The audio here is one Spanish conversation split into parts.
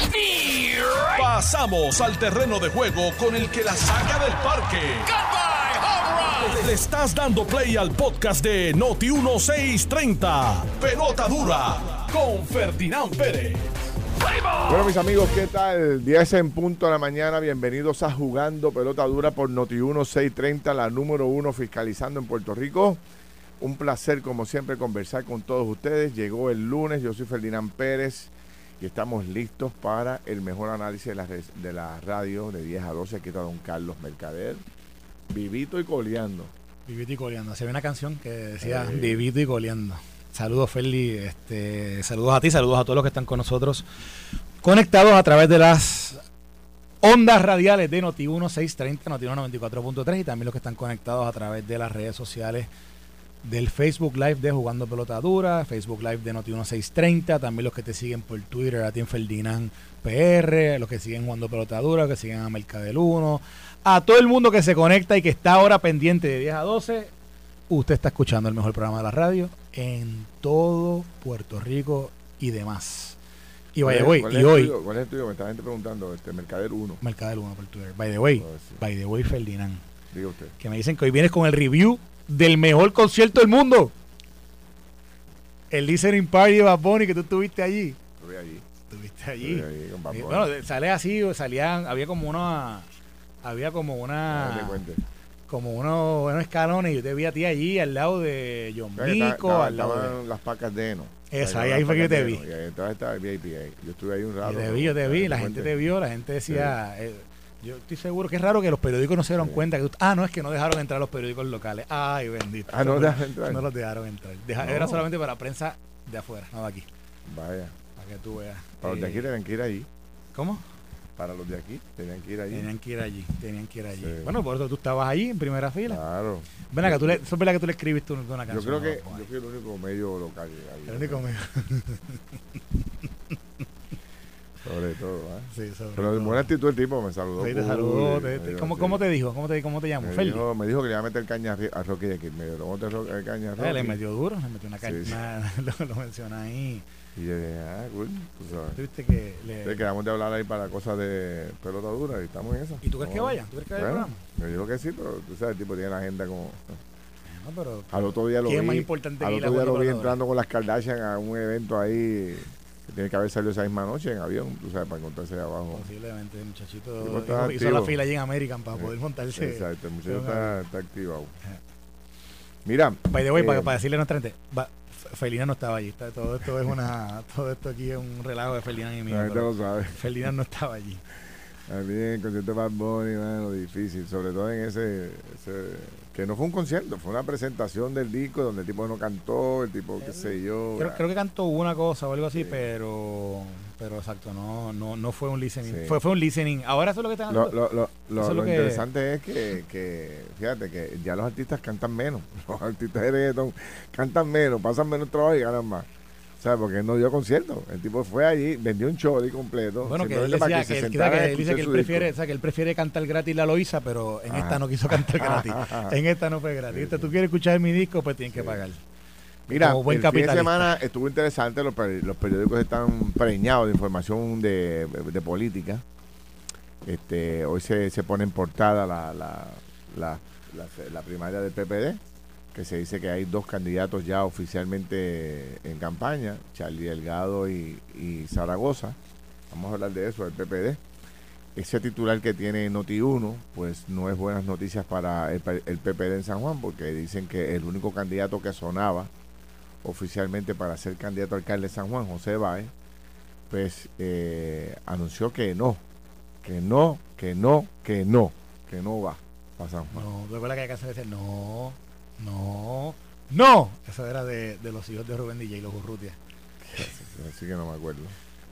Pasamos al terreno de juego con el que la saca del parque. Le estás dando play al podcast de Noti 1630. Pelota dura con Ferdinand Pérez. Bueno, mis amigos, ¿qué tal? 10 en punto de la mañana. Bienvenidos a Jugando Pelota Dura por Noti 1630, la número uno fiscalizando en Puerto Rico. Un placer, como siempre, conversar con todos ustedes. Llegó el lunes, yo soy Ferdinand Pérez y estamos listos para el mejor análisis de la radio de 10 a 12. Aquí está don Carlos Mercader, vivito y coleando. Vivito y coleando. Se ve una canción que decía vivito y coleando. Saludos, Ferli. Saludos a ti, saludos a todos los que están con nosotros conectados a través de las ondas radiales de Noti 1630, Noti 94.3 y también los que están conectados a través de las redes sociales del Facebook Live de Jugando Pelota Dura, Facebook Live de Noti 1630, también los que te siguen por Twitter, a ti en Ferdinand PR, los que siguen Jugando Pelota Dura, los que siguen a Mercadel 1, a todo el mundo que se conecta y que está ahora pendiente de 10 a 12, usted está escuchando el mejor programa de la radio en todo Puerto Rico y demás. Y by the way, ¿Cuál es el tuyo? Me está gente preguntando, Mercader 1. Mercadel 1 por Twitter. By the way, Ferdinand. Diga usted. Que me dicen que hoy vienes con el review del mejor concierto del mundo. El listening party de Bad Bunny que tú estuviste allí. Estuve allí. Estuviste allí. Estuve allí con Bad Bunny. Bueno, sale así, había como unos escalones y yo te vi a ti allí al lado de John Mico, al lado estaban las pacas de Eno. Ahí fue que yo te vi. Y entonces estaba el VIP ahí. Yo estuve ahí un rato. Yo te vi, la gente te vio, la gente decía... yo estoy seguro que es raro que los periódicos no se dieron cuenta que no es que no dejaron entrar los periódicos locales. Ay, bendito. No dejaron entrar. No los dejaron entrar. Era solamente para prensa de afuera, no de aquí. Vaya. Para que tú veas. Para los de aquí tenían que ir allí. ¿Cómo? Para los de aquí tenían que ir allí. Tenían que ir allí. Sí. Bueno, por eso tú estabas allí en primera fila. Claro. Ven acá, eso es verdad que tú le escribiste una canción. Yo creo que yo fui el único medio local. El único medio. Sobre todo, ¿eh? Sí, sobre pero de buena actitud el tipo me saludó. Sí, te saludó. ¿Cómo te dijo? ¿Cómo te llamó? Me dijo que le iba a meter caña a Rocky de aquí. Me dijo, caña a Rocky. Le metió duro, le metió una caña. Sí. Lo menciona ahí. Y yo dije, cool. ¿Tuviste que quedamos de hablar ahí para cosas de pelota dura y estamos en eso. ¿Y tú crees que vaya? ¿Tú crees que vaya al programa? Me dijo que sí, pero tú sabes, el tipo tiene la agenda como... No, pero al otro día lo vi. ¿Qué es más importante al otro día lo vi entrando con las Kardashian a un evento ahí que tiene que haber salido esa misma noche en avión, tú sabes, para encontrarse ahí abajo. Posiblemente, el muchachito hizo la fila allí en American para poder montarse. Exacto, el muchacho está activado. Mira. By the way, para decirle a nuestra gente, Felina no estaba allí. Todo esto aquí es un relajo de Felina y mío. La gente lo sabe. Felina no estaba allí. A mí el concierto de Bad Bunny, bueno, difícil, sobre todo en ese que no fue un concierto, fue una presentación del disco donde el tipo no cantó, el tipo qué sé yo. Creo que cantó una cosa o algo así, sí. pero exacto, no fue un listening. Sí. Fue un listening. Ahora eso es lo que están haciendo. Lo interesante es que fíjate que ya los artistas cantan menos. Los artistas de reggaetón cantan menos, pasan menos trabajo y ganan más. ¿Sabes? Porque él no dio concierto. El tipo fue allí, vendió un show completo. Bueno, que él decía que él dice que él prefiere cantar gratis la Loíza, pero en esta no quiso cantar gratis. En esta no fue gratis. Sí. Tú quieres escuchar mi disco, pues tienes que pagar. Mira, el fin de semana estuvo interesante. Los periódicos están preñados de información de política. Hoy se pone en portada la primaria del PPD, que se dice que hay 2 candidatos ya oficialmente en campaña, Charlie Delgado y Zaragoza. Vamos a hablar de eso, del PPD. Ese titular que tiene Noti1, pues no es buenas noticias para el PPD en San Juan, porque dicen que el único candidato que sonaba oficialmente para ser candidato a alcalde de San Juan, José Báez, pues anunció que no va para San Juan. No, recuerda que hay que hacer no. Eso era de los hijos de Rubén DJ, los Urrutia. Así que no me acuerdo.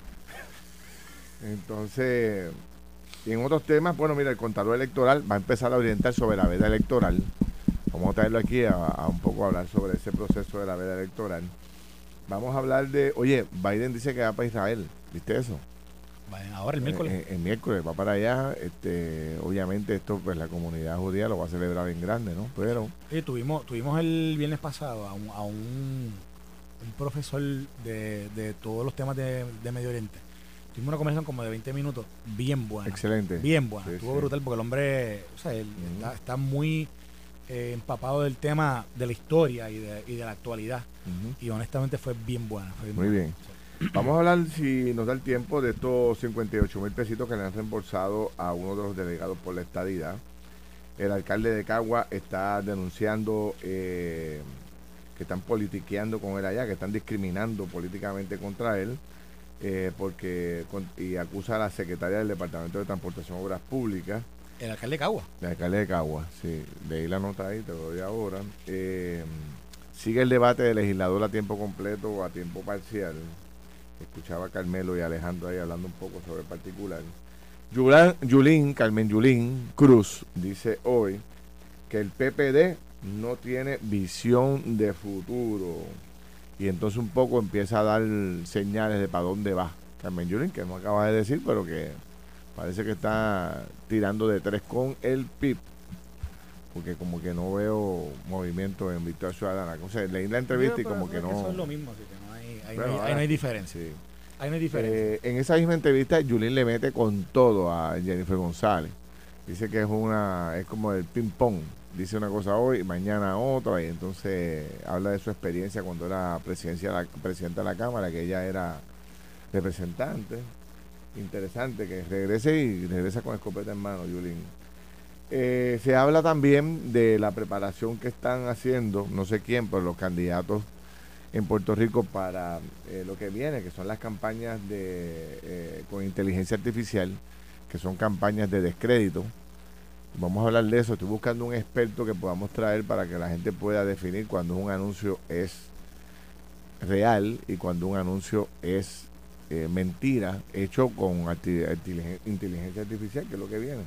Entonces, y en otros temas, bueno, mira, el contador electoral va a empezar a orientar sobre la veda electoral. Vamos a traerlo aquí a un poco hablar sobre ese proceso de la veda electoral. Vamos a hablar de, oye, Biden dice que va para Israel, ¿viste eso? Ahora el miércoles. El miércoles va para allá. Obviamente esto, pues la comunidad judía lo va a celebrar en grande, ¿no? Pero tuvimos el viernes pasado a un profesor de todos los temas de Medio Oriente. tuvimos una conversación como de 20 minutos, bien buena. Excelente. Bien buena. Sí, Estuvo sí. brutal porque el hombre, o sea, él está muy empapado del tema de la historia y de la actualidad. Y honestamente fue bien buena. Muy bien. Vamos a hablar, si nos da el tiempo, de estos 58,000 pesitos que le han reembolsado a uno de los delegados por la estadidad. El alcalde de Cagua está denunciando que están politiqueando con él allá, que están discriminando políticamente contra él, y acusa a la secretaria del Departamento de Transportación y Obras Públicas. El alcalde de Cagua. El alcalde de Cagua, sí. Leí la nota ahí, te lo doy ahora. Sigue el debate de legislador a tiempo completo o a tiempo parcial. Escuchaba a Carmelo y Alejandro ahí hablando un poco sobre el particular. Carmen Yulín Cruz dice hoy que el PPD no tiene visión de futuro. Y entonces un poco empieza a dar señales de para dónde va Carmen Yulín, que no acaba de decir, pero que parece que está tirando de 3 con el PIB. Porque como que no veo movimiento en Victoria Ciudadana. O sea, leí la entrevista y como que no... Eso es lo mismo, así que no hay diferencia. Sí. Ahí no hay diferencia. En esa misma entrevista, Yulín le mete con todo a Jennifer González. Dice que es como el ping-pong. Dice una cosa hoy, mañana otra, y entonces habla de su experiencia cuando era presidenta de la Cámara, que ella era representante. Interesante que regresa con escopeta en mano, Yulín. Se habla también de la preparación que están haciendo, no sé quién, pero los candidatos en Puerto Rico para lo que viene, que son las campañas con inteligencia artificial, que son campañas de descrédito. Vamos a hablar de eso. Estoy buscando un experto que podamos traer para que la gente pueda definir cuando un anuncio es real y cuando un anuncio es mentira, hecho con inteligencia artificial, que es lo que viene.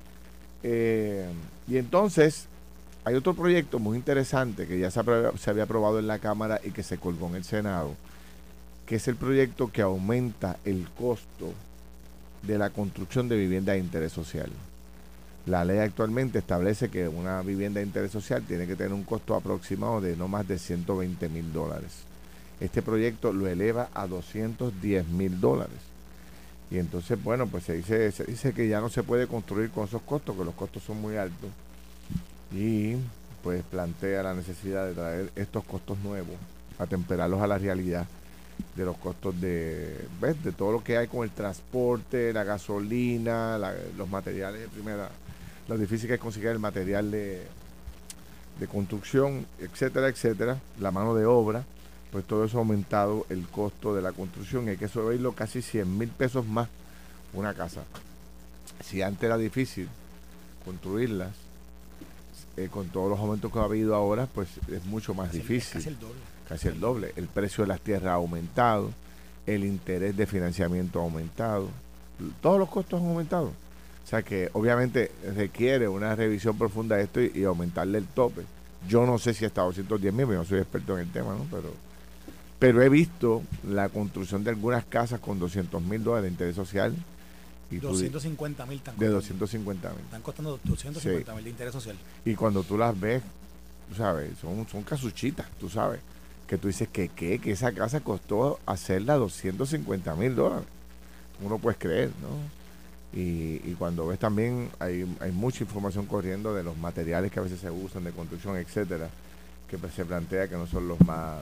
Y entonces hay otro proyecto muy interesante que ya se había aprobado en la Cámara y que se colgó en el Senado, que es el proyecto que aumenta el costo de la construcción de vivienda de interés social. La ley actualmente establece que una vivienda de interés social tiene que tener un costo aproximado de no más de $120,000. Este proyecto lo eleva a $210,000. Y entonces, bueno, pues se dice que ya no se puede construir con esos costos, que los costos son muy altos. Y pues plantea la necesidad de traer estos costos nuevos, atemperarlos a la realidad de los costos de todo lo que hay con el transporte, la gasolina, los materiales de primera, lo difícil que es conseguir el material de construcción, etcétera, etcétera, la mano de obra, pues todo eso ha aumentado el costo de la construcción y hay que subirlo casi 100,000 pesos más una casa. Si antes era difícil construirlas, con todos los aumentos que ha habido ahora, pues es mucho más difícil. Casi el doble. Casi el doble. El precio de las tierras ha aumentado, el interés de financiamiento ha aumentado, todos los costos han aumentado. O sea que obviamente requiere una revisión profunda de esto y aumentarle el tope. Yo no sé si hasta 210,000, yo no soy experto en el tema, ¿no? Pero he visto la construcción de algunas casas con $200,000 de interés social. Y 250,000 de 250,000. Están costando 250,000 de interés social. Y cuando tú las ves, tú sabes, son casuchitas, tú sabes. Que tú dices que esa casa costó hacerla $250,000. Tú no puedes creer, ¿no? Y cuando ves también, hay mucha información corriendo de los materiales que a veces se usan de construcción, etcétera, que pues se plantea que no son los más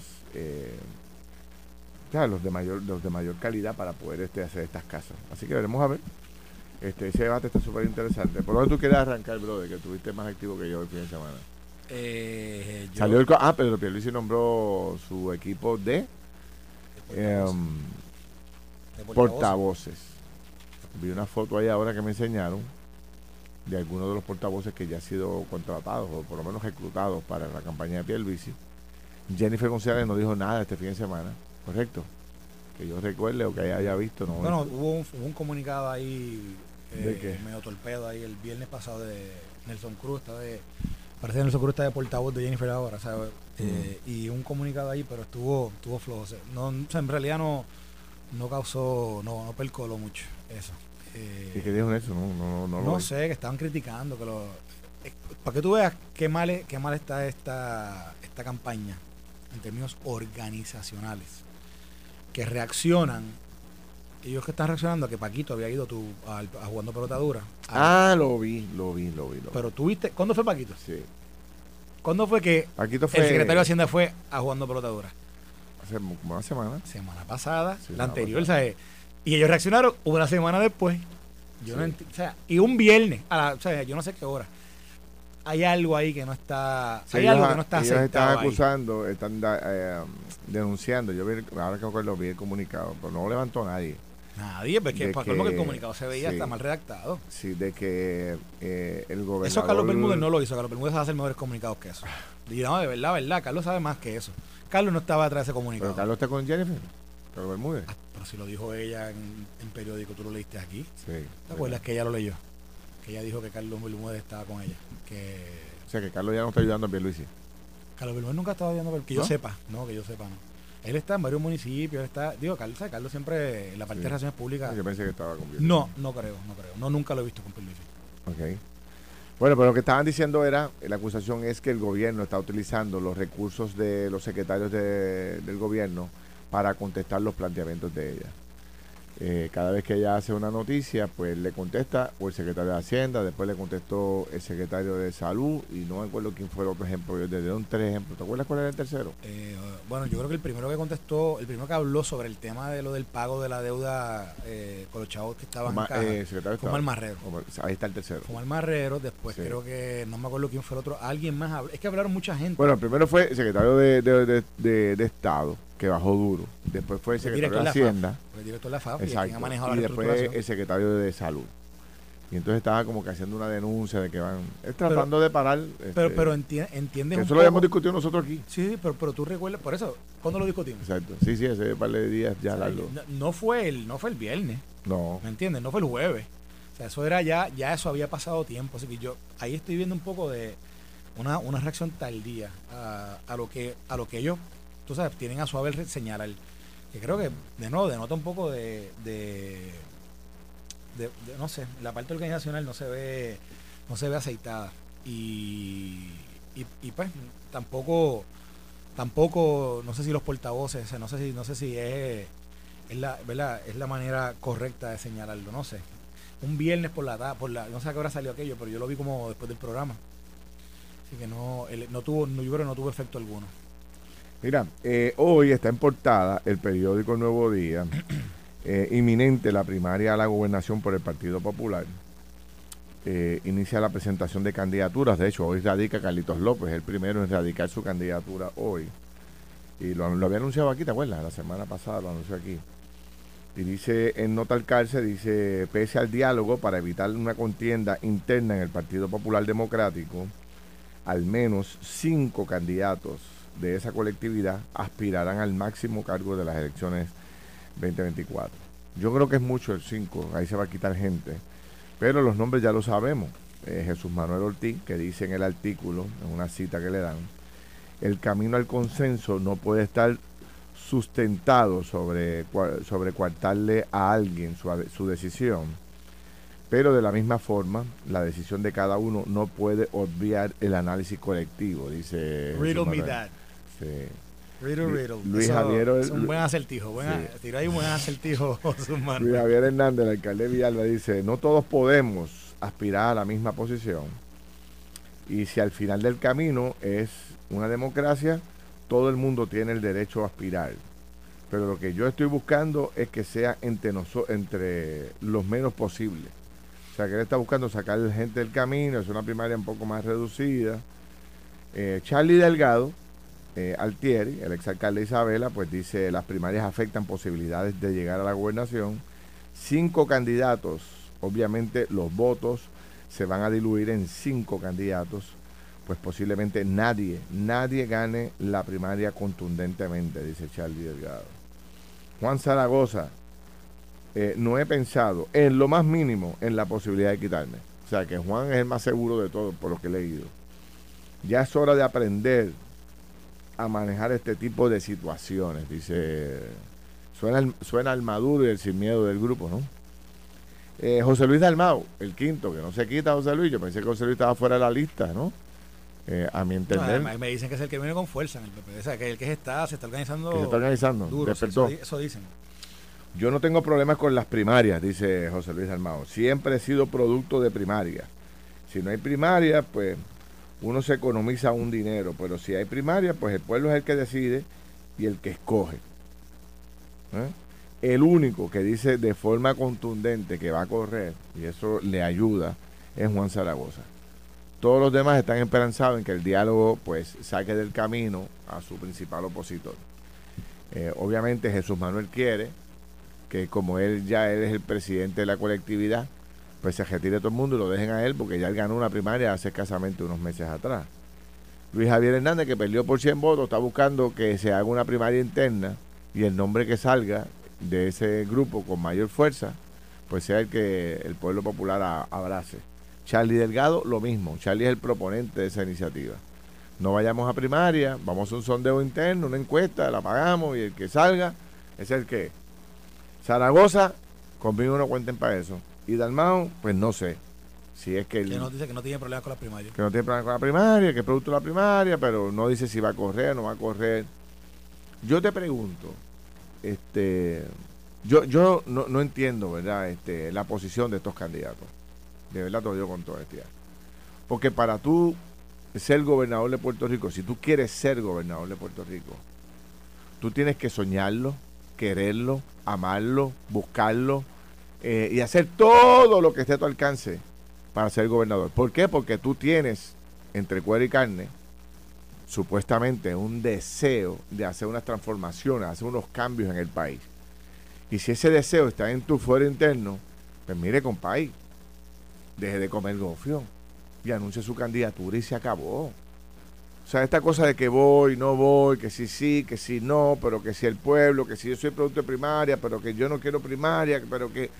los de mayor calidad para poder hacer estas casas. Así que veremos a ver. Ese debate está súper interesante. ¿Por dónde tú quieres arrancar, brother? Que estuviste más activo que yo el fin de semana. Pedro Pierluisi nombró su equipo de portavoces. Vi una foto ahí ahora que me enseñaron de algunos de los portavoces que ya han sido contratados o por lo menos reclutados para la campaña de Pierluisi. Jennifer González no dijo nada este fin de semana, ¿correcto? Que yo recuerde o que haya visto. No, bueno, hubo un comunicado ahí ¿de qué? medio torpedo ahí el viernes pasado de Nelson Cruz. Parece que Nelson Cruz está de portavoz de Jennifer ahora, ¿sabes? Y un comunicado ahí, pero estuvo flojo. En realidad no percoló mucho eso. ¿Y qué dijo eso? No sé, que estaban criticando para que tú veas qué mal está esta campaña en términos organizacionales, que reaccionan ellos que están reaccionando a que Paquito había ido a jugando pelota dura. Lo vi. Pero tú viste, ¿cuándo fue Paquito? Sí. ¿Cuándo fue que Paquito el secretario de Hacienda fue a jugando pelota dura? Hace como una semana. Semana pasada, Sí, la anterior, pasada. ¿sabes? Y ellos reaccionaron una semana después. Yo no entiendo, o sea, y un viernes, o sea, yo no sé qué hora. Hay algo ahí que no está, Sí, hay algo que no está ellos aceptado están ahí. acusando, están denunciando. Yo ahora que me acuerdo vi el comunicado, pero no lo levantó nadie. Nadie, porque De para colmo que el que- comunicado se veía sí. hasta mal redactado. Sí, de que el gobernador... Eso Carlos Bermúdez no lo hizo. Carlos Bermúdez sabe hacer mejores comunicados que eso. Y no, de verdad, Carlos sabe más que eso. Carlos no estaba atrás de ese comunicado. Pero Carlos está con Jennifer, Carlos Bermúdez. Pero si lo dijo ella en periódico, tú lo leíste aquí. Sí. ¿Te acuerdas que ella lo leyó? Que ella dijo que Carlos Bermúdez estaba con ella. Que O sea, que Carlos ya no está ayudando a Pierluisi. Carlos Bermúdez nunca estaba viendo, que yo ¿No? sepa. No, que yo sepa, no. Él está en varios municipios, él está... Digo, Carlos siempre en la parte Sí. de relaciones públicas... Yo pensé que estaba con Pierluisi. No creo. No, nunca lo he visto con Pierluisi. Ok. Bueno, pero lo que estaban diciendo era, la acusación es que el gobierno está utilizando los recursos de los secretarios del gobierno para contestar los planteamientos de ella. Cada vez que ella hace una noticia, pues le contesta o el secretario de Hacienda, después le contestó el secretario de Salud, y no me acuerdo quién fue el otro ejemplo. Yo te dieron 3 ejemplos. ¿Te acuerdas cuál era el tercero? Bueno, yo creo que el primero que contestó, el primero que habló sobre el tema de lo del pago de la deuda con los chavos que estaban en caja, secretario de fue Estado. Omar Marrero. Ahí está el tercero. Fue Omar Marrero, después Sí. creo que, no me acuerdo quién fue el otro, alguien más habló. Es que hablaron mucha gente. Bueno, el primero fue el secretario de Estado, que bajó duro. Después fue el secretario de Hacienda. El director de la FAF, y quien Exacto. ha manejado Y la después reestructuración. el secretario de Salud. Y entonces estaba como que haciendo una denuncia de que van tratando de parar. Pero entiendes que un eso poco. lo habíamos discutido nosotros aquí. Sí, pero tú recuerdas, por eso, ¿cuándo lo discutimos? Exacto. Sí, ese par de días ya O sea, largo. no fue el viernes, No. ¿me entiendes? No fue el jueves. O sea, eso era ya eso había pasado tiempo. Así que yo ahí estoy viendo un poco de una reacción tardía a lo que ellos, tú sabes, tienen a su haber señalar. Que creo que, de nuevo, denota un poco de no sé, la parte organizacional no se ve aceitada. Y pues tampoco, no sé si los portavoces, o sea, no sé si es la, ¿verdad? Es la manera correcta de señalarlo, no sé. Un viernes por la no sé a qué hora salió aquello, pero yo lo vi como después del programa. Así que yo creo que no tuvo efecto alguno. Mira, hoy está en portada el periódico El Nuevo Día. Inminente la primaria a la gobernación por el Partido Popular. Inicia la presentación de candidaturas. De hecho, hoy radica Carlitos López, el primero en radicar su candidatura hoy. Y lo había anunciado aquí, ¿te acuerdas? La semana pasada lo anunció aquí. Y dice, en nota al cárcel, dice, pese al diálogo para evitar una contienda interna en el Partido Popular Democrático, al menos 5 candidatos de esa colectividad aspirarán al máximo cargo de las elecciones 2024. Yo creo que es mucho el 5, ahí se va a quitar gente, pero los nombres ya lo sabemos. Jesús Manuel Ortiz, que dice en el artículo, en una cita que le dan, el camino al consenso no puede estar sustentado sobre coartarle a alguien su decisión, pero de la misma forma, la decisión de cada uno no puede obviar el análisis colectivo, dice Riddle Jesús me Manuel. that. Sí. Riddle. Luis Eso Javier es un buen acertijo. Sí. Tiró ahí un buen acertijo, Jesús Manuel. Luis Javier Hernández, el alcalde de Villalba, dice, no todos podemos aspirar a la misma posición, y si al final del camino es una democracia, todo el mundo tiene el derecho a aspirar, pero lo que yo estoy buscando es que sea entre los menos posible. O sea, que él está buscando sacar gente del camino, es una primaria un poco más reducida. Charlie Delgado Altieri, el exalcalde de Isabela, pues dice, las primarias afectan posibilidades de llegar a la gobernación. 5 candidatos, obviamente los votos se van a diluir en 5 candidatos, pues posiblemente nadie gane la primaria contundentemente, dice Charlie Delgado. Juan Zaragoza, no he pensado en lo más mínimo en la posibilidad de quitarme. O sea que Juan es el más seguro de todo, por lo que he leído. Ya es hora de aprender a manejar este tipo de situaciones, dice. Suena al maduro y el sin miedo del grupo, ¿no? José Luis Dalmau, el quinto, que no se quita José Luis. Yo pensé que José Luis estaba fuera de la lista, ¿no? A mi entender. No, me dicen que es el que viene con fuerza en el PP. O sea, que el que se está organizando. Que se está organizando. Duro, Despertó. eso dicen. Yo no tengo problemas con las primarias, dice José Luis Dalmau. Siempre he sido producto de primarias. Si no hay primarias, pues uno se economiza un dinero, pero si hay primarias, pues el pueblo es el que decide y el que escoge. El único que dice de forma contundente que va a correr, y eso le ayuda, es Juan Zaragoza. Todos los demás están esperanzados en que el diálogo pues saque del camino a su principal opositor. Obviamente Jesús Manuel quiere que como él es el presidente de la colectividad, pues se retire todo el mundo y lo dejen a él, porque ya él ganó una primaria hace escasamente unos meses atrás. Luis Javier Hernández, que perdió por 100 votos, está buscando que se haga una primaria interna y el nombre que salga de ese grupo con mayor fuerza, pues sea el que el pueblo popular abrace. Charlie Delgado, lo mismo. Charlie es el proponente de esa iniciativa. No vayamos a primaria, vamos a un sondeo interno, una encuesta, la pagamos y el que salga es el que es. Zaragoza, conmigo no cuenten para eso. Y Dalmau, pues no sé. Si es que nos dice que no tiene problemas con la primaria. Que no tiene problemas con la primaria, que es producto de la primaria, pero no dice si va a correr o no va a correr. Yo te pregunto, yo no entiendo, ¿verdad? La posición de estos candidatos. De verdad te lo digo con toda honestidad. Porque para tú ser gobernador de Puerto Rico, si tú quieres ser gobernador de Puerto Rico, tú tienes que soñarlo, quererlo, amarlo, buscarlo y hacer todo lo que esté a tu alcance para ser gobernador. ¿Por qué? Porque tú tienes entre cuero y carne supuestamente un deseo de hacer unas transformaciones, hacer unos cambios en el país. Y si ese deseo está en tu fuero interno, pues mire, compadre, deje de comer gofio y anuncie su candidatura y se acabó. O sea, esta cosa de que voy, no voy, que sí, que sí no, pero que si el pueblo, que si yo soy producto de primaria, pero que yo no quiero primaria, pero que...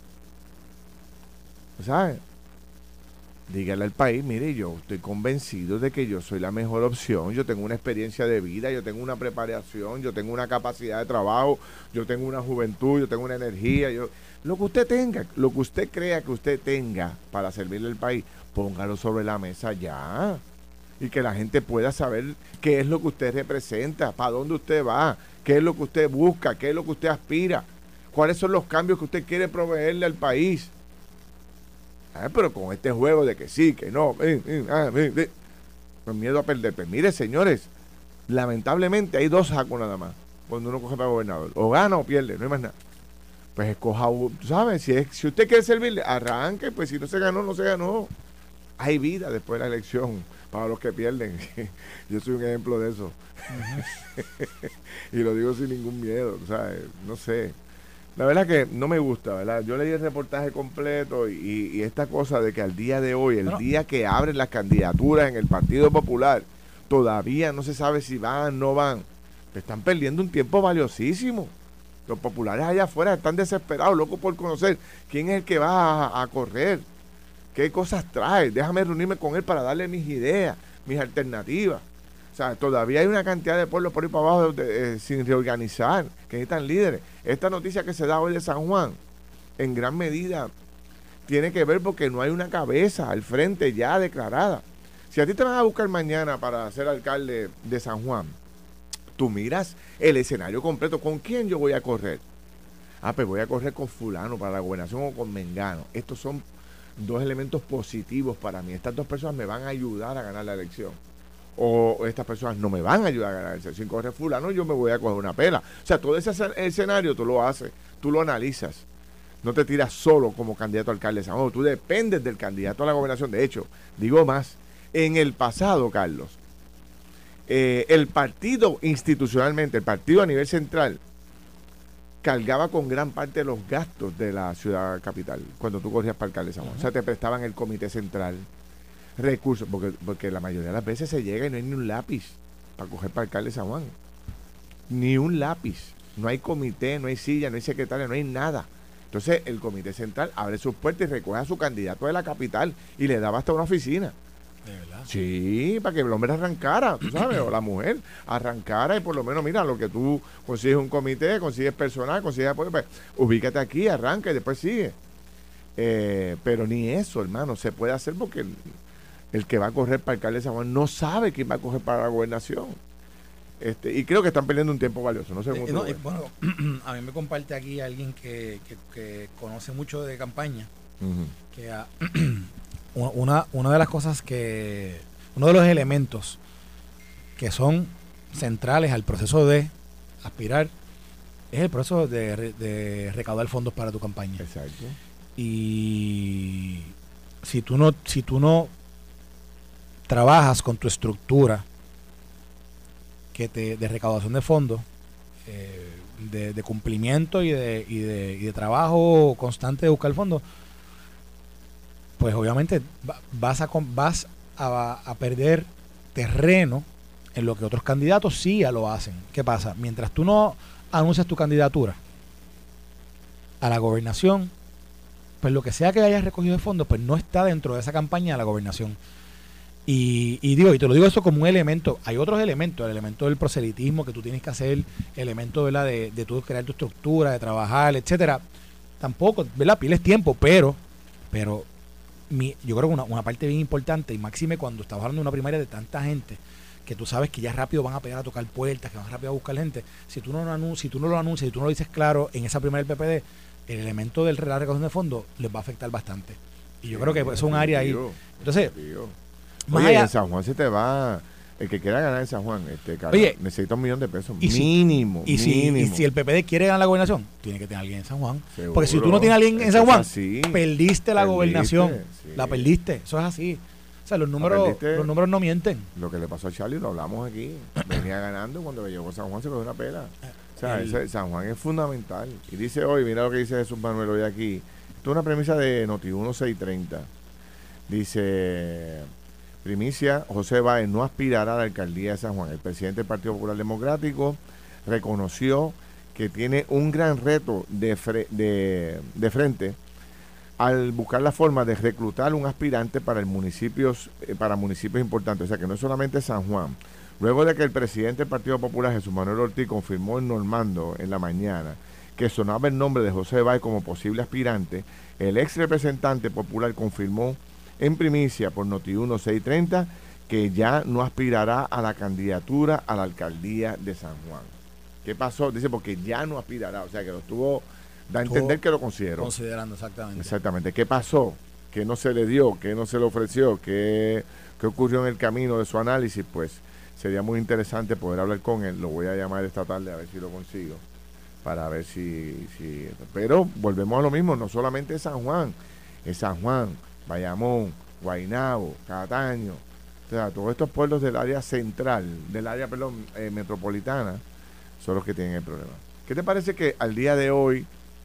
¿Sabes? Dígale al país, mire, yo estoy convencido de que yo soy la mejor opción, yo tengo una experiencia de vida, yo tengo una preparación, yo tengo una capacidad de trabajo, yo tengo una juventud, yo tengo una energía, lo que usted tenga, lo que usted crea que usted tenga para servirle al país, póngalo sobre la mesa ya. Y que la gente pueda saber qué es lo que usted representa, para dónde usted va, qué es lo que usted busca, qué es lo que usted aspira, cuáles son los cambios que usted quiere proveerle al país. Pero con este juego de que sí, que no, con miedo a perder. Pues mire, señores, lamentablemente hay dos sacos nada más cuando uno coge para gobernador. O gana o pierde, no hay más nada. Pues escoja, ¿sabes? Si usted quiere servirle, arranque, pues si no se ganó, no se ganó. Hay vida después de la elección para los que pierden. Yo soy un ejemplo de eso. Y lo digo sin ningún miedo, ¿sabes? No sé. La verdad que no me gusta, ¿verdad? Yo leí el reportaje completo y esta cosa de que al día de hoy, el día que abren las candidaturas en el Partido Popular, todavía no se sabe si van o no van. Están perdiendo un tiempo valiosísimo. Los populares allá afuera están desesperados, locos por conocer quién es el que va a correr, qué cosas trae. Déjame reunirme con él para darle mis ideas, mis alternativas. O sea, todavía hay una cantidad de pueblos por ahí para abajo sin reorganizar, que necesitan líderes. Esta noticia que se da hoy de San Juan, en gran medida, tiene que ver porque no hay una cabeza al frente ya declarada. Si a ti te van a buscar mañana para ser alcalde de San Juan, tú miras el escenario completo. ¿Con quién yo voy a correr? Pues voy a correr con fulano para la gobernación o con mengano. Estos son dos elementos positivos para mí. Estas dos personas me van a ayudar a ganar la elección. O estas personas no me van a ayudar a ganar la elección. Si corre fulano, yo me voy a coger una pela. O sea, todo ese escenario tú lo haces, tú lo analizas. No te tiras solo como candidato a alcalde de San Juan. Tú dependes del candidato a la gobernación. De hecho, digo más, en el pasado, Carlos, el partido institucionalmente, el partido a nivel central, cargaba con gran parte de los gastos de la ciudad capital cuando tú corrías para alcalde de San Juan. O sea, te prestaban el comité central, recursos, porque la mayoría de las veces se llega y no hay ni un lápiz para coger para alcalde de San Juan. Ni un lápiz. No hay comité, no hay silla, no hay secretaria, no hay nada. Entonces, el comité central abre sus puertas y recoge a su candidato de la capital y le daba hasta una oficina. ¿De verdad? Sí, para que el hombre arrancara, tú sabes, o la mujer arrancara y por lo menos, mira, lo que tú consigues un comité, consigues personal, consigues apoyo, pues, ubícate aquí, arranca y después sigue. Pero ni eso, hermano, se puede hacer porque el que va a correr para alcalde de San Juan no sabe quién va a correr para la gobernación. Y creo que están perdiendo un tiempo valioso. No sé cómo bueno, a mí me comparte aquí alguien que conoce mucho de campaña, que una de las cosas uno de los elementos que son centrales al proceso de aspirar es el proceso de recaudar fondos para tu campaña. Exacto. Y si tú no trabajas con tu estructura de recaudación de fondos, de cumplimiento y de trabajo constante de buscar fondos, pues obviamente vas a perder terreno en lo que otros candidatos sí ya lo hacen. ¿Qué pasa? Mientras tú no anuncias tu candidatura a la gobernación, pues lo que sea que hayas recogido de fondos, pues no está dentro de esa campaña de la gobernación. Y te lo digo eso como un elemento. Hay otros elementos, el elemento del proselitismo que tú tienes que hacer, el elemento, ¿verdad?, de tú crear tu estructura, de trabajar, etcétera. Tampoco, ¿verdad?, pides tiempo, pero yo creo que una parte bien importante, y máxime cuando estás hablando de una primaria de tanta gente, que tú sabes que ya rápido van a pegar a tocar puertas, que van rápido a buscar gente. Si tú no lo anuncias, si tú no lo dices claro en esa primaria del PPD, el elemento de la recaudación de fondos les va a afectar bastante. Y yo creo que es un área ahí. Entonces, oye, en San Juan se te va. El que quiera ganar en San Juan, Carlos, necesita $1 millón mínimo. Y si el PPD quiere ganar la gobernación, tiene que tener alguien en San Juan. Seguro. Porque si tú no tienes alguien en San Juan, perdiste la gobernación. Sí. La perdiste. Eso es así. O sea, los números no mienten. Lo que le pasó a Charlie lo hablamos aquí. Venía ganando, cuando llegó a San Juan se cogió una pela. O sea, San Juan es fundamental. Y dice hoy, mira lo que dice Jesús Manuel hoy aquí. Esto es una premisa de Noti1 630. Dice: primicia, José Báez no aspirará a la alcaldía de San Juan. El presidente del Partido Popular Democrático reconoció que tiene un gran reto de frente al buscar la forma de reclutar un aspirante para municipios importantes. O sea, que no es solamente San Juan. Luego de que el presidente del Partido Popular, Jesús Manuel Ortiz, confirmó en Normando en la mañana que sonaba el nombre de José Báez como posible aspirante, el ex representante popular confirmó en primicia por Noti1 630 que ya no aspirará a la candidatura a la alcaldía de San Juan. ¿Qué pasó? Dice porque ya no aspirará, o sea que lo estuvo, da a entender que lo consideró. Considerando, exactamente. Exactamente. ¿Qué pasó? ¿Qué no se le dio? ¿Qué no se le ofreció? ¿Qué ocurrió en el camino de su análisis? Pues sería muy interesante poder hablar con él. Lo voy a llamar esta tarde a ver si lo consigo, para ver si pero volvemos a lo mismo, no solamente es San Juan, Bayamón, Guaynabo, Cataño, o sea, todos estos pueblos del área central, metropolitana, son los que tienen el problema. ¿Qué te parece que al día de hoy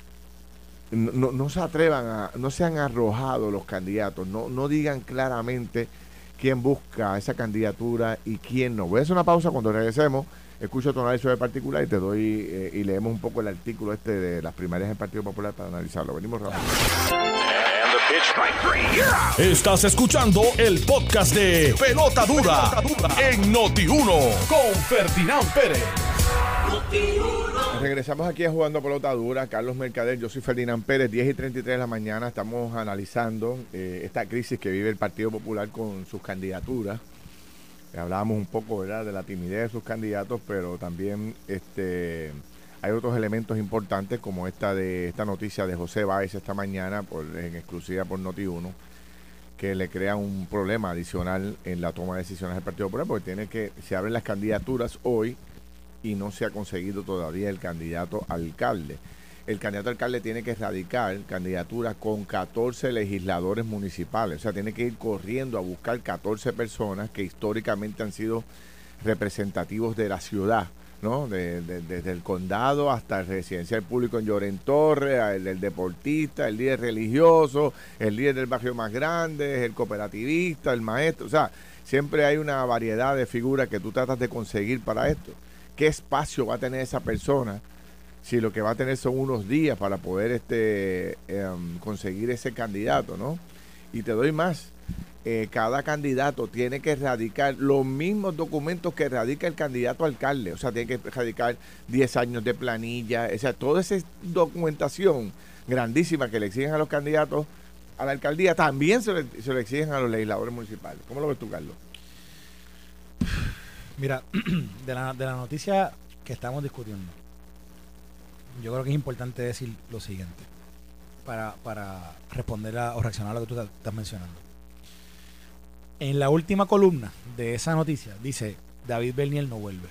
no se atrevan no se han arrojado los candidatos, no digan claramente quién busca esa candidatura y quién no? Voy a hacer una pausa. Cuando regresemos, escucho tu análisis de particular y te doy y leemos un poco el artículo de las primarias del Partido Popular para analizarlo. Venimos rápido. Estás escuchando el podcast de Pelota Dura en Noti1 con Ferdinand Pérez. Regresamos aquí a Jugando Pelota Dura. Carlos Mercader, yo soy Ferdinand Pérez. 10:33 de la mañana. Estamos analizando esta crisis que vive el Partido Popular con sus candidaturas. Hablábamos un poco, ¿verdad?, de la timidez de sus candidatos, pero también hay otros elementos importantes, como esta noticia de José Báez esta mañana en exclusiva por Noti1, que le crea un problema adicional en la toma de decisiones del Partido Popular, porque se abren las candidaturas hoy y no se ha conseguido todavía el candidato alcalde. El candidato alcalde tiene que radicar candidatura con 14 legisladores municipales, o sea, tiene que ir corriendo a buscar 14 personas que históricamente han sido representativos de la ciudad, ¿no? Desde el condado hasta el residencial público en Lloren Torres, el deportista, el líder religioso, el líder del barrio más grande, el cooperativista, el maestro. O sea, siempre hay una variedad de figuras que tú tratas de conseguir para esto. ¿Qué espacio va a tener esa persona si lo que va a tener son unos días para poder conseguir ese candidato, ¿no? Y te doy más. Cada candidato tiene que radicar los mismos documentos que radica el candidato alcalde. O sea, tiene que radicar 10 años de planilla. O sea, toda esa documentación grandísima que le exigen a los candidatos a la alcaldía, también se le exigen a los legisladores municipales. ¿Cómo lo ves tú, Carlos? Mira, de la noticia que estamos discutiendo, yo creo que es importante decir lo siguiente para responder o reaccionar a lo que tú estás mencionando. En la última columna de esa noticia dice David Bernier no vuelve.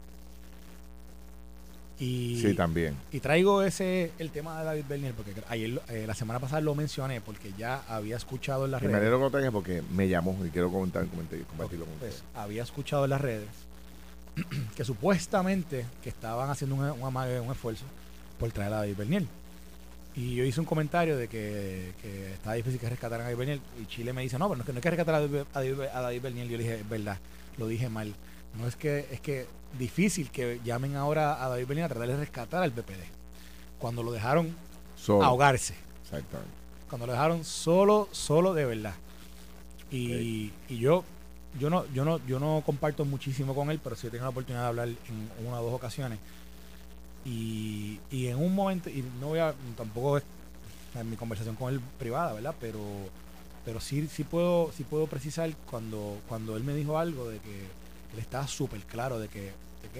Y, sí, también. Y traigo el tema de David Bernier porque ayer, la semana pasada lo mencioné porque ya había escuchado en las redes. Me alegro que lo traigas porque me llamó y quiero compartirlo con ustedes. Pues, había escuchado en las redes que supuestamente que estaban haciendo un esfuerzo por traer a David Bernier. Y yo hice un comentario de que está difícil que rescataran a David Bernier. Y Chile me dice, no, pero no hay que rescatar a David Bernier. Yo le dije, es verdad, lo dije mal. No es que difícil que llamen ahora a David Bernier a tratar de rescatar al PPD. Cuando lo dejaron ahogarse. Exactamente. Cuando lo dejaron solo de verdad. Y yo no comparto muchísimo con él, pero sí he tenido la oportunidad de hablar en una o dos ocasiones. Y en un momento, y no voy a, tampoco es en mi conversación con él privada, ¿verdad? Pero sí puedo precisar cuando él me dijo algo de que él estaba súper claro de que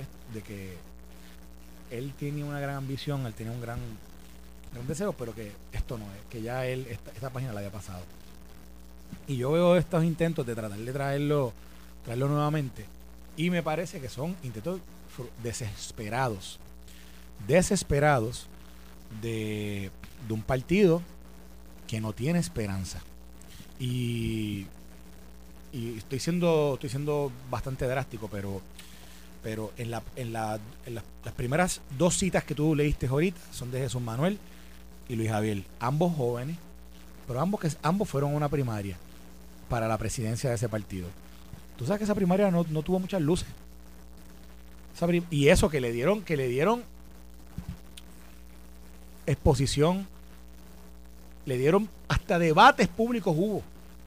él tenía una gran ambición, él tenía un gran deseo, pero que esto no es, que ya él, esta página la había pasado. Y yo veo estos intentos de tratar de traerlo nuevamente, y me parece que son intentos desesperados de un partido que no tiene esperanza. Y estoy siendo bastante drástico, pero en las primeras dos citas que tú leíste ahorita son de Jesús Manuel y Luis Javier, ambos jóvenes, pero ambos fueron a una primaria para la presidencia de ese partido. Tú sabes que esa primaria no tuvo muchas luces. Y eso que le dieron exposición, le dieron hasta debates públicos hubo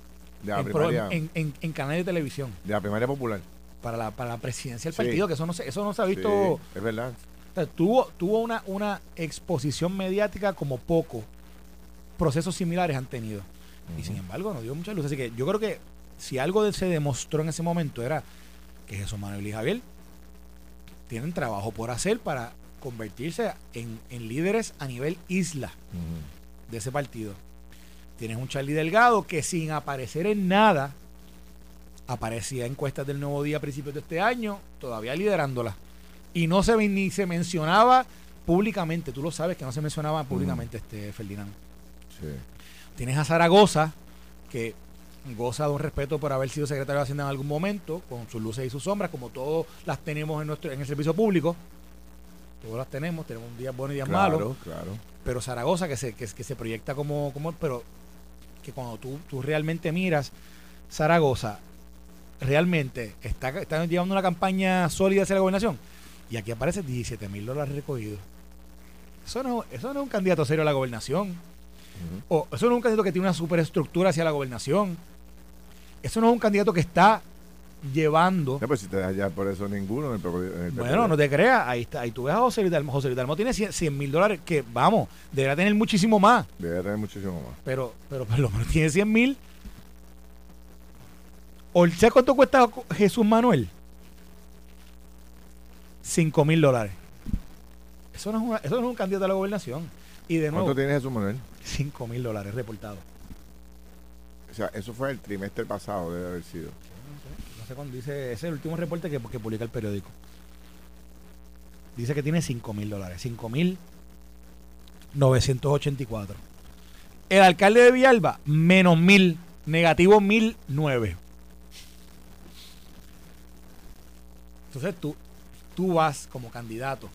en canales de televisión de la primaria popular para la presidencia del partido, que eso no se ha visto. Sí, es verdad. O sea, tuvo una exposición mediática como poco procesos similares han tenido. Y sin embargo no dio mucha luz. Así que yo creo que si algo se demostró en ese momento era que Jesús Manuel y Javier tienen trabajo por hacer para convertirse en líderes a nivel isla de ese partido. Tienes un Charlie Delgado que sin aparecer en nada aparecía en encuestas del Nuevo Día a principios de este año, todavía liderándola. Y ni se mencionaba públicamente. Tú lo sabes que no se mencionaba públicamente Ferdinand. Sí. Tienes a Zaragoza, que goza de un respeto por haber sido secretario de Hacienda en algún momento, con sus luces y sus sombras, como todos las tenemos en el servicio público. Todos las tenemos un día bueno y días malos. Claro. Pero Zaragoza, que se proyecta como pero que cuando tú realmente miras, Zaragoza realmente está llevando una campaña sólida hacia la gobernación. Y aquí aparece $17,000 recogidos. Eso no es un candidato serio a la gobernación. O eso no es un candidato que tiene una superestructura hacia la gobernación. Eso no es un candidato que está llevando. No, pues si te das ya por eso ninguno en el bueno, no te creas, ahí tú ves a José Luis Dalmau. José Luis Dalmau tiene $100,000, que vamos, debería tener muchísimo más. Pero por lo menos tiene 100,000. ¿Sabes cuánto cuesta Jesús Manuel? $5,000. Eso no es un candidato a la gobernación. Y de nuevo, ¿cuánto tiene Jesús Manuel? $5,000 reportado. O sea, eso fue el trimestre pasado, debe haber sido. No sé cuándo dice, ese es el último reporte que publica el periódico. Dice que tiene $5,000. 5,984. El alcalde de Villalba, menos 1,000, negativo 1,009. Entonces tú vas como candidato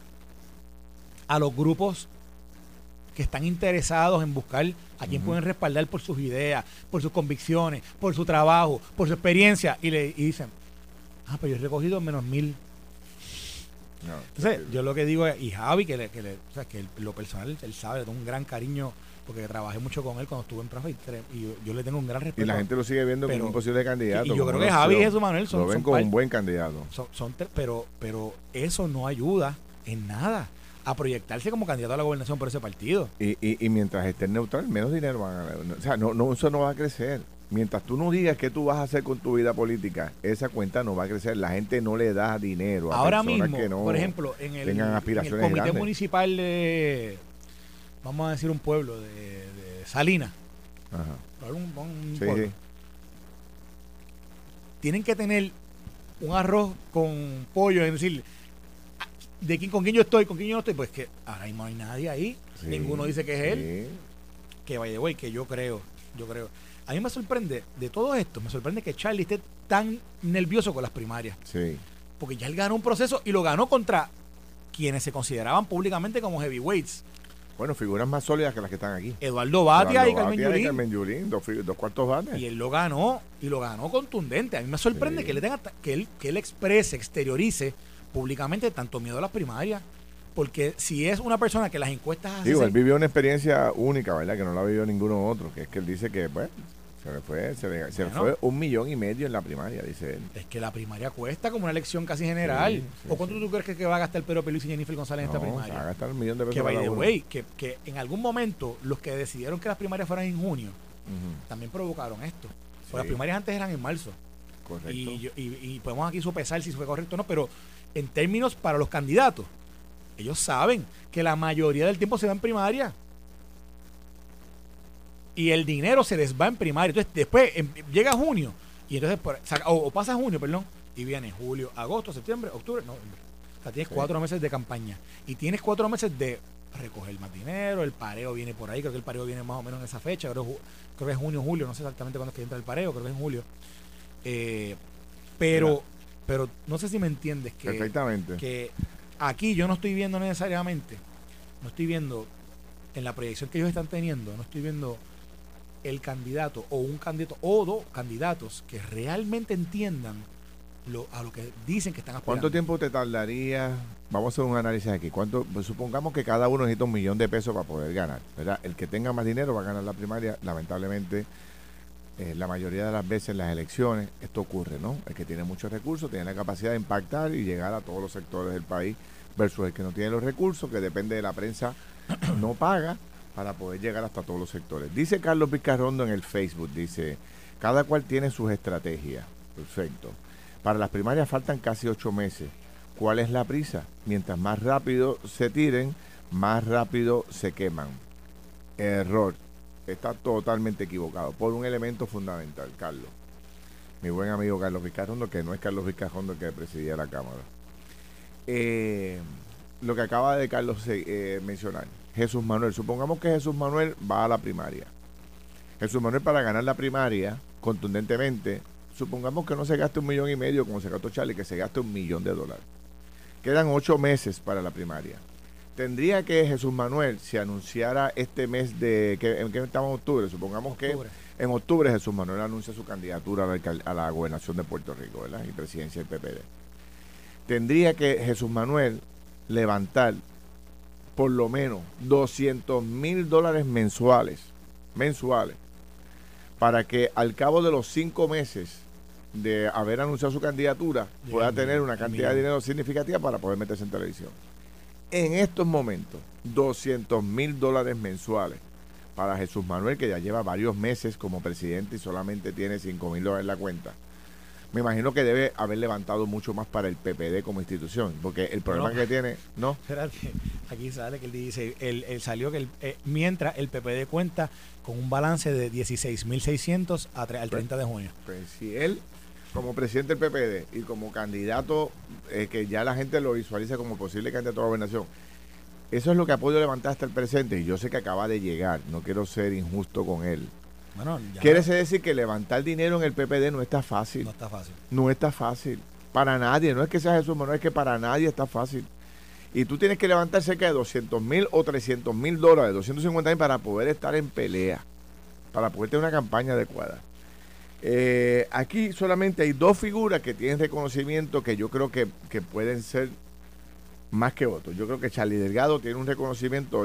a los grupos que están interesados en buscar a quien pueden respaldar por sus ideas, por sus convicciones, por su trabajo, por su experiencia, y dicen, pero yo he recogido menos 1,000. No, entonces, yo lo que digo es, y Javi, que lo personal, él sabe, le tengo un gran cariño, porque trabajé mucho con él cuando estuve en Prafa, y yo le tengo un gran respeto. Y la gente lo sigue viendo como un posible candidato. Y yo creo que Javi y Jesús Manuel son como un buen candidato. Pero eso no ayuda en nada a proyectarse como candidato a la gobernación por ese partido. Y mientras estés neutral, menos dinero van a ganar. O sea, eso no va a crecer. Mientras tú no digas qué tú vas a hacer con tu vida política, esa cuenta no va a crecer. La gente no le da dinero a ahora personas mismo, que no por ejemplo, en el comité grandes. municipal de, vamos a decir un pueblo, de Salinas. Ajá. Un Sí, pueblo. sí. Tienen que tener un arroz con pollo, es decir, con quién yo estoy, con quién yo no estoy, pues que ahora mismo no hay nadie ahí, Sí, ninguno dice que es él, sí. que vaya güey, que yo creo. A mí me sorprende, de todo esto, me sorprende que Charlie esté tan nervioso con las primarias, Sí. porque ya él ganó un proceso y lo ganó contra quienes se consideraban públicamente como heavyweights. Bueno, figuras más sólidas que las que están aquí. Eduardo Batia y Carmen Batia y Yulín. Carmen Yulín, dos cuartos bates. Y él lo ganó, y lo ganó contundente. A mí me sorprende Sí. que él exprese, exteriorice públicamente tanto miedo a las primarias. Porque si es una persona que las encuestas hace... Digo, él vivió una experiencia única, ¿verdad? Que no la vivió ninguno otro. Que es que él dice que, bueno, se le fue 1,5 millones en la primaria, dice él. Es que la primaria cuesta como una elección casi general. Sí, ¿O cuánto tú crees que va a gastar Pedro Pierluisi y Jennifer González en esta primaria? Se va a gastar $1 millón de pesos. Que by cada the uno. way, que en algún momento los que decidieron que las primarias fueran en junio Ujú, también provocaron esto. Sí. Las primarias antes eran en marzo. correcto. Y podemos aquí sopesar si fue correcto o no, pero en términos para los candidatos, ellos saben que la mayoría del tiempo se va en primaria. Y el dinero se les va en primaria. Entonces, después llega junio, y entonces o pasa junio, perdón, y viene julio, agosto, septiembre, octubre, noviembre. O sea, tienes 4 meses de campaña. Y tienes 4 meses de recoger más dinero, el pareo viene por ahí, creo que el pareo viene más o menos en esa fecha, creo que es junio, julio, no sé exactamente cuándo es que entra el pareo, creo que es en julio. Pero no sé si me entiendes Perfectamente. que aquí yo no estoy viendo necesariamente, no estoy viendo en la proyección que ellos están teniendo, no estoy viendo el candidato o un candidato o dos candidatos que realmente entiendan a lo que dicen que están aspirando. ¿Cuánto tiempo te tardaría? Vamos a hacer un análisis aquí. Pues supongamos que cada uno necesita $1 millón para poder ganar, ¿verdad? El que tenga más dinero va a ganar la primaria. Lamentablemente, la mayoría de las veces en las elecciones esto ocurre, ¿no? El que tiene muchos recursos tiene la capacidad de impactar y llegar a todos los sectores del país versus el que no tiene los recursos, que depende de la prensa, no paga para poder llegar hasta todos los sectores. Dice Carlos Vizcarrondo en el Facebook, dice, cada cual tiene sus estrategias. Perfecto. Para las primarias faltan casi 8 meses. ¿Cuál es la prisa? Mientras más rápido se tiren, más rápido se queman. Error. Está totalmente equivocado por un elemento fundamental, Carlos. Mi buen amigo Carlos Vizcarrondo, que no es Carlos Vizcarrondo el que presidía la Cámara. Lo que acaba de Carlos mencionar, Jesús Manuel. Supongamos que Jesús Manuel va a la primaria. Jesús Manuel, para ganar la primaria contundentemente, supongamos que no se gaste $1,5 millones como se gastó Charlie, que se gaste $1 millón. Quedan 8 meses para la primaria. Tendría que Jesús Manuel, si anunciara este mes ¿en qué estamos en octubre? Supongamos que en octubre Jesús Manuel anuncia su candidatura a la gobernación de Puerto Rico, ¿verdad? Y presidencia del PPD. Tendría que Jesús Manuel levantar por lo menos $200,000 mensuales para que al cabo de los 5 meses de haber anunciado su candidatura pueda tener una cantidad de dinero significativa para poder meterse en televisión. En estos momentos, $200,000 mensuales para Jesús Manuel, que ya lleva varios meses como presidente y solamente tiene $5,000 en la cuenta. Me imagino que debe haber levantado mucho más para el PPD como institución, porque el problema que tiene, ¿no? Espérate, aquí sale que él dice, él salió que mientras el PPD cuenta con un balance de 16,600 al 30 de junio. Pues si él, como presidente del PPD y como candidato, que ya la gente lo visualiza como posible candidato a la gobernación, eso es lo que ha podido levantar hasta el presente, y yo sé que acaba de llegar, no quiero ser injusto con él. Bueno, Quiere decir que levantar dinero en el PPD no está fácil. No está fácil. No está fácil. Para nadie. No es que sea Jesús Manuel, es que para nadie está fácil. Y tú tienes que levantar cerca de $200,000 o $300,000, $250,000 para poder estar en pelea. Para poder tener una campaña adecuada. Aquí solamente hay 2 figuras que tienen reconocimiento que yo creo que pueden ser más que otros. Yo creo que Charlie Delgado tiene un reconocimiento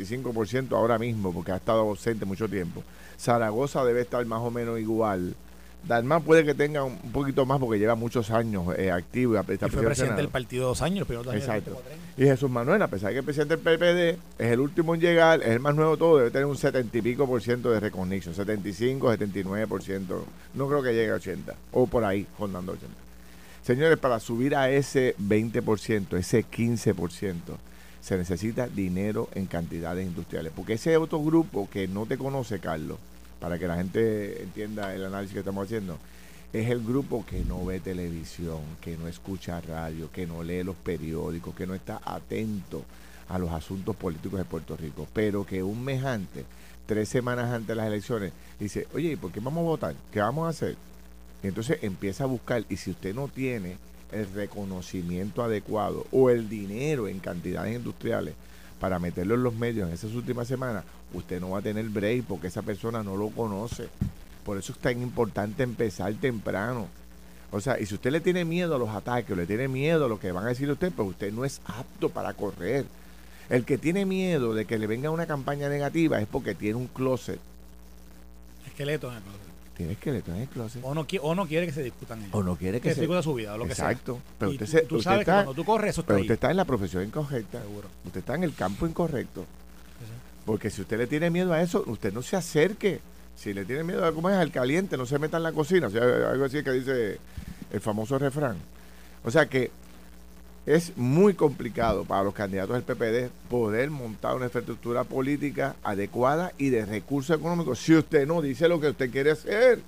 80-85% ahora mismo, porque ha estado ausente mucho tiempo. Zaragoza debe estar más o menos igual, Dalmau puede que tenga un poquito más porque lleva muchos años activo. Y fue presidente del partido 2 años, los primeros 2 años. Exacto. Y Jesús Manuel, a pesar de que es presidente del PPD, es el último en llegar, es el más nuevo de todo, debe tener un 70 y pico % de recognition, 75, 79%. No creo que llegue a 80, o por ahí, rondando 80. Señores, para subir a ese 20%, ese 15%, se necesita dinero en cantidades industriales. Porque ese otro grupo que no te conoce, Carlos, para que la gente entienda el análisis que estamos haciendo, es el grupo que no ve televisión, que no escucha radio, que no lee los periódicos, que no está atento a los asuntos políticos de Puerto Rico, pero que un mes antes, 3 semanas antes de las elecciones, dice, oye, ¿y por qué vamos a votar? ¿Qué vamos a hacer? Y entonces empieza a buscar, y si usted no tiene el reconocimiento adecuado o el dinero en cantidades industriales para meterlo en los medios en esas últimas semanas, usted no va a tener break porque esa persona no lo conoce. Por eso es tan importante empezar temprano. O sea, y si usted le tiene miedo a los ataques o le tiene miedo a lo que van a decir usted, pues usted no es apto para correr. El que tiene miedo de que le venga una campaña negativa es porque tiene un closet. Esqueleto en el closet. Tiene esqueleto en el closet. O no quiere que se discutan ellos. O no quiere que se discuta su vida o lo que sea. Exacto. Pero tú sabes que cuando tú corres, eso está pero ahí. usted está en la profesión incorrecta. Seguro. Usted está en el campo incorrecto. Porque si usted le tiene miedo a eso, usted no se acerque. Si le tiene miedo a cómo es al caliente, no se meta en la cocina. O sea, algo así que dice el famoso refrán. O sea que es muy complicado para los candidatos del PPD poder montar una infraestructura política adecuada y de recursos económicos si usted no dice lo que usted quiere hacer.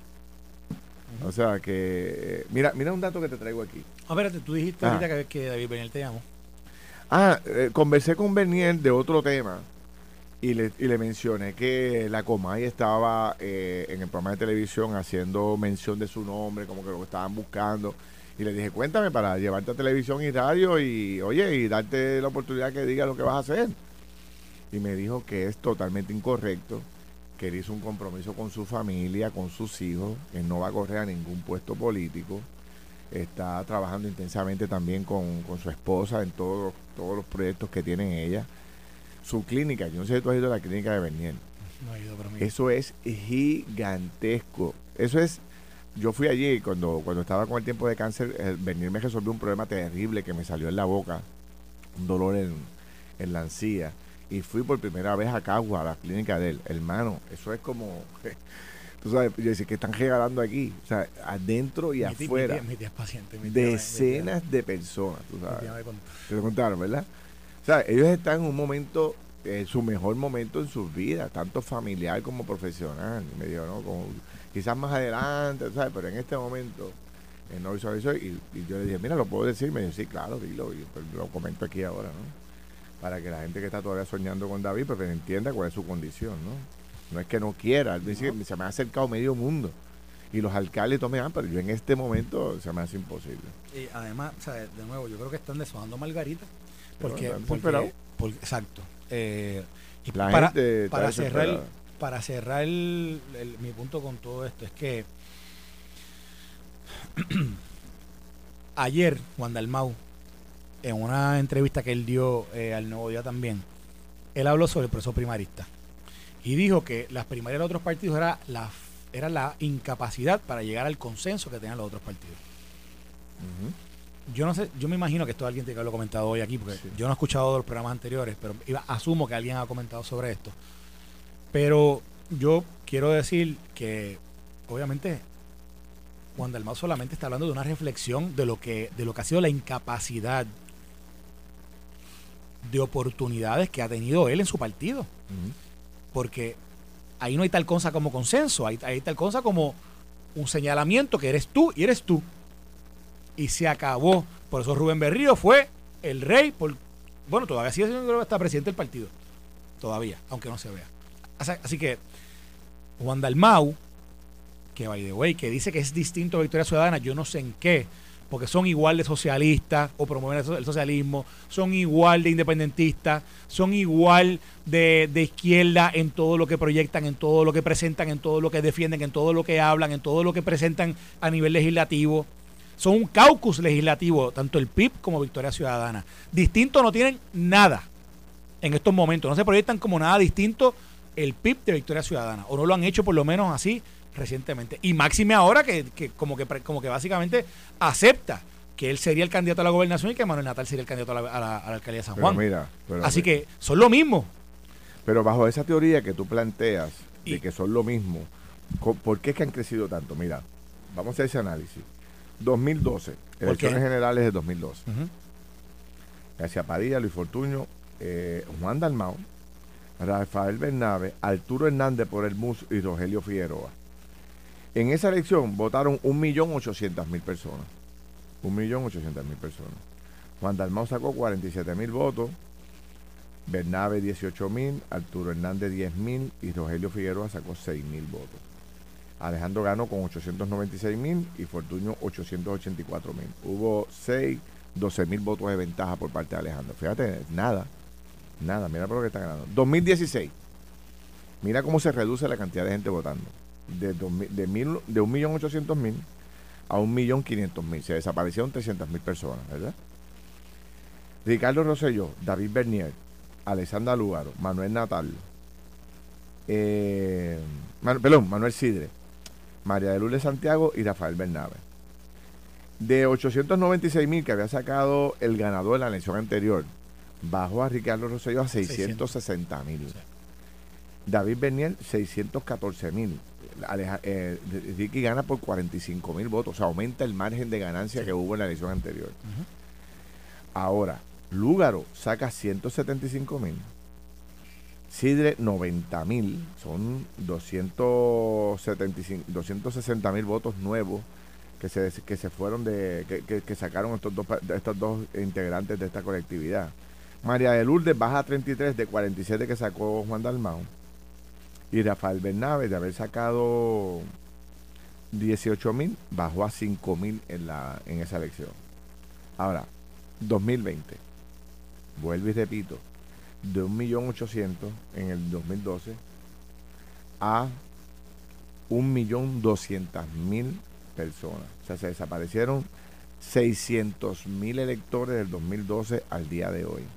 O sea que, mira un dato que te traigo aquí. A ver, tú dijiste ahorita que David Bernier te llamó. Conversé con Bernier de otro tema y le mencioné que la Comay estaba en el programa de televisión haciendo mención de su nombre, como que lo estaban buscando. Y le dije, cuéntame para llevarte a televisión y radio y, oye, y darte la oportunidad que diga lo que vas a hacer. Y me dijo que es totalmente incorrecto, que él hizo un compromiso con su familia, con sus hijos, que no va a correr a ningún puesto político. Está trabajando intensamente también con su esposa en todos los proyectos que tiene ella. Su clínica, yo no sé si tú has ido a la clínica de Bernier. No he ido, pero eso es gigantesco. Eso es... Yo fui allí cuando estaba con el tiempo de cáncer, Bernier me resolvió un problema terrible que me salió en la boca, un dolor en la encía, y fui por primera vez a Cagua, a la clínica de él. Hermano, eso es como, tú sabes, yo decía, ¿qué están regalando aquí? O sea, adentro y afuera. Mi tía es paciente. Decenas de personas, tú sabes. Te lo contaron, ¿verdad? O sea, ellos están en un momento, su mejor momento en sus vidas, tanto familiar como profesional. Y me dijo, no, quizás más adelante, ¿sabes? Pero en este momento no visualizó y yo le dije, mira, ¿lo puedo decir? Me dijo, sí, claro, dilo, y lo comento aquí ahora, ¿no? Para que la gente que está todavía soñando con David, pues entienda cuál es su condición, ¿no? No es que no quiera, él dice que se me ha acercado medio mundo y los alcaldes toman, pero yo en este momento se me hace imposible. Y además, o sea, de nuevo, yo creo que están deshojando margarita, porque exacto. Y para cerrar mi punto con todo esto es que ayer Juan Dalmau, en una entrevista que él dio al Nuevo Día también, él habló sobre el proceso primarista y dijo que las primarias de los otros partidos era la incapacidad para llegar al consenso que tenían los otros partidos. Yo no sé, yo me imagino que esto alguien tiene que haberlo comentado hoy aquí, porque yo no he escuchado de los programas anteriores, pero asumo que alguien ha comentado sobre esto. Pero yo quiero decir que obviamente Juan Dalmau solamente está hablando de una reflexión de lo que ha sido la incapacidad de oportunidades que ha tenido él en su partido. Porque ahí no hay tal cosa como consenso, hay tal cosa como un señalamiento que eres tú y eres tú. Y se acabó. Por eso Rubén Berrío fue el rey, todavía sigue siendo hasta presidente del partido. Todavía, aunque no se vea. Así que Juan Dalmau, que by the way, que dice que es distinto a Victoria Ciudadana, yo no sé en qué, porque son igual de socialistas o promueven el socialismo, son igual de independentistas, son igual de izquierda en todo lo que proyectan, en todo lo que presentan, en todo lo que defienden, en todo lo que hablan, en todo lo que presentan a nivel legislativo. Son un caucus legislativo, tanto el PIB como Victoria Ciudadana. Distinto no tienen nada en estos momentos, no se proyectan como nada distinto el PIB de Victoria Ciudadana, o no lo han hecho por lo menos así recientemente. Y máxime ahora que como que básicamente acepta que él sería el candidato a la gobernación y que Manuel Natal sería el candidato a la alcaldía de San Juan. Así que son lo mismo. Pero bajo esa teoría que tú planteas de que son lo mismo, ¿por qué es que han crecido tanto? Mira, vamos a hacer ese análisis. 2012, elecciones generales de 2012. García Padilla, Luis Fortuño, Juan Dalmau, Rafael Bernabe, Arturo Hernández por el MUS y Rogelio Figueroa. En esa elección votaron 1.800.000 personas. 1.800.000 personas. Juan Dalmau sacó 47.000 votos, Bernabe 18.000, Arturo Hernández 10.000 y Rogelio Figueroa sacó 6.000 votos. Alejandro ganó con 896.000 y Fortuño 884.000. Hubo 12.000 votos de ventaja por parte de Alejandro. Fíjate, nada, mira por lo que está ganando. 2016, mira cómo se reduce la cantidad de gente votando. De 1.800.000 a 1.500.000. Se desaparecieron 300.000 personas, ¿verdad? Ricardo Rosselló, David Bernier, Alexandra Lúgaro, Manuel Natal, Manuel Sidre, María de Lourdes Santiago y Rafael Bernabe. De 896.000 que había sacado el ganador de la elección anterior, bajó a Ricardo Rosselló a 660.000. Sí. David Bernier, 614.000. Ricky gana por 45.000 votos. O sea, aumenta el margen de ganancia que hubo en la elección anterior. Ahora, Lúgaro saca 175.000. Sidre 90.000, son 260.000 votos nuevos que se fueron que sacaron estos dos integrantes de esta colectividad. María de Lourdes baja a 33 de 47 que sacó Juan Dalmau. Y Rafael Bernabe, de haber sacado 18.000, bajó a 5.000 en esa elección. Ahora, 2020, vuelvo y repito, de 1.800.000 en el 2012 a 1.200.000 personas. O sea, se desaparecieron 600.000 electores del 2012 al día de hoy.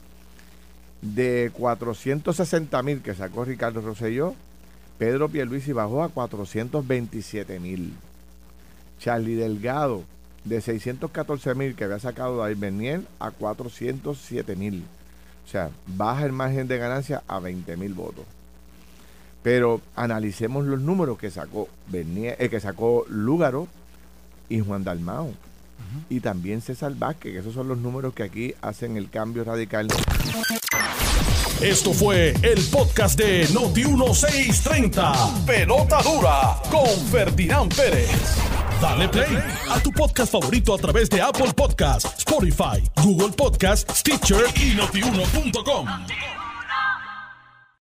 De 460.000 que sacó Ricardo Rosselló, Pedro Pierluisi bajó a 427.000. Charlie Delgado, de 614.000 que había sacado David Bernier, a 407.000. O sea, baja el margen de ganancia a 20.000 votos. Pero analicemos los números que sacó que sacó Lúgaro y Juan Dalmau. Y también César Vázquez, que esos son los números que aquí hacen el cambio radical. Esto fue el podcast de Noti1630. Pelota dura con Ferdinand Pérez. Dale play a tu podcast favorito a través de Apple Podcasts, Spotify, Google Podcasts, Stitcher y Notiuno.com.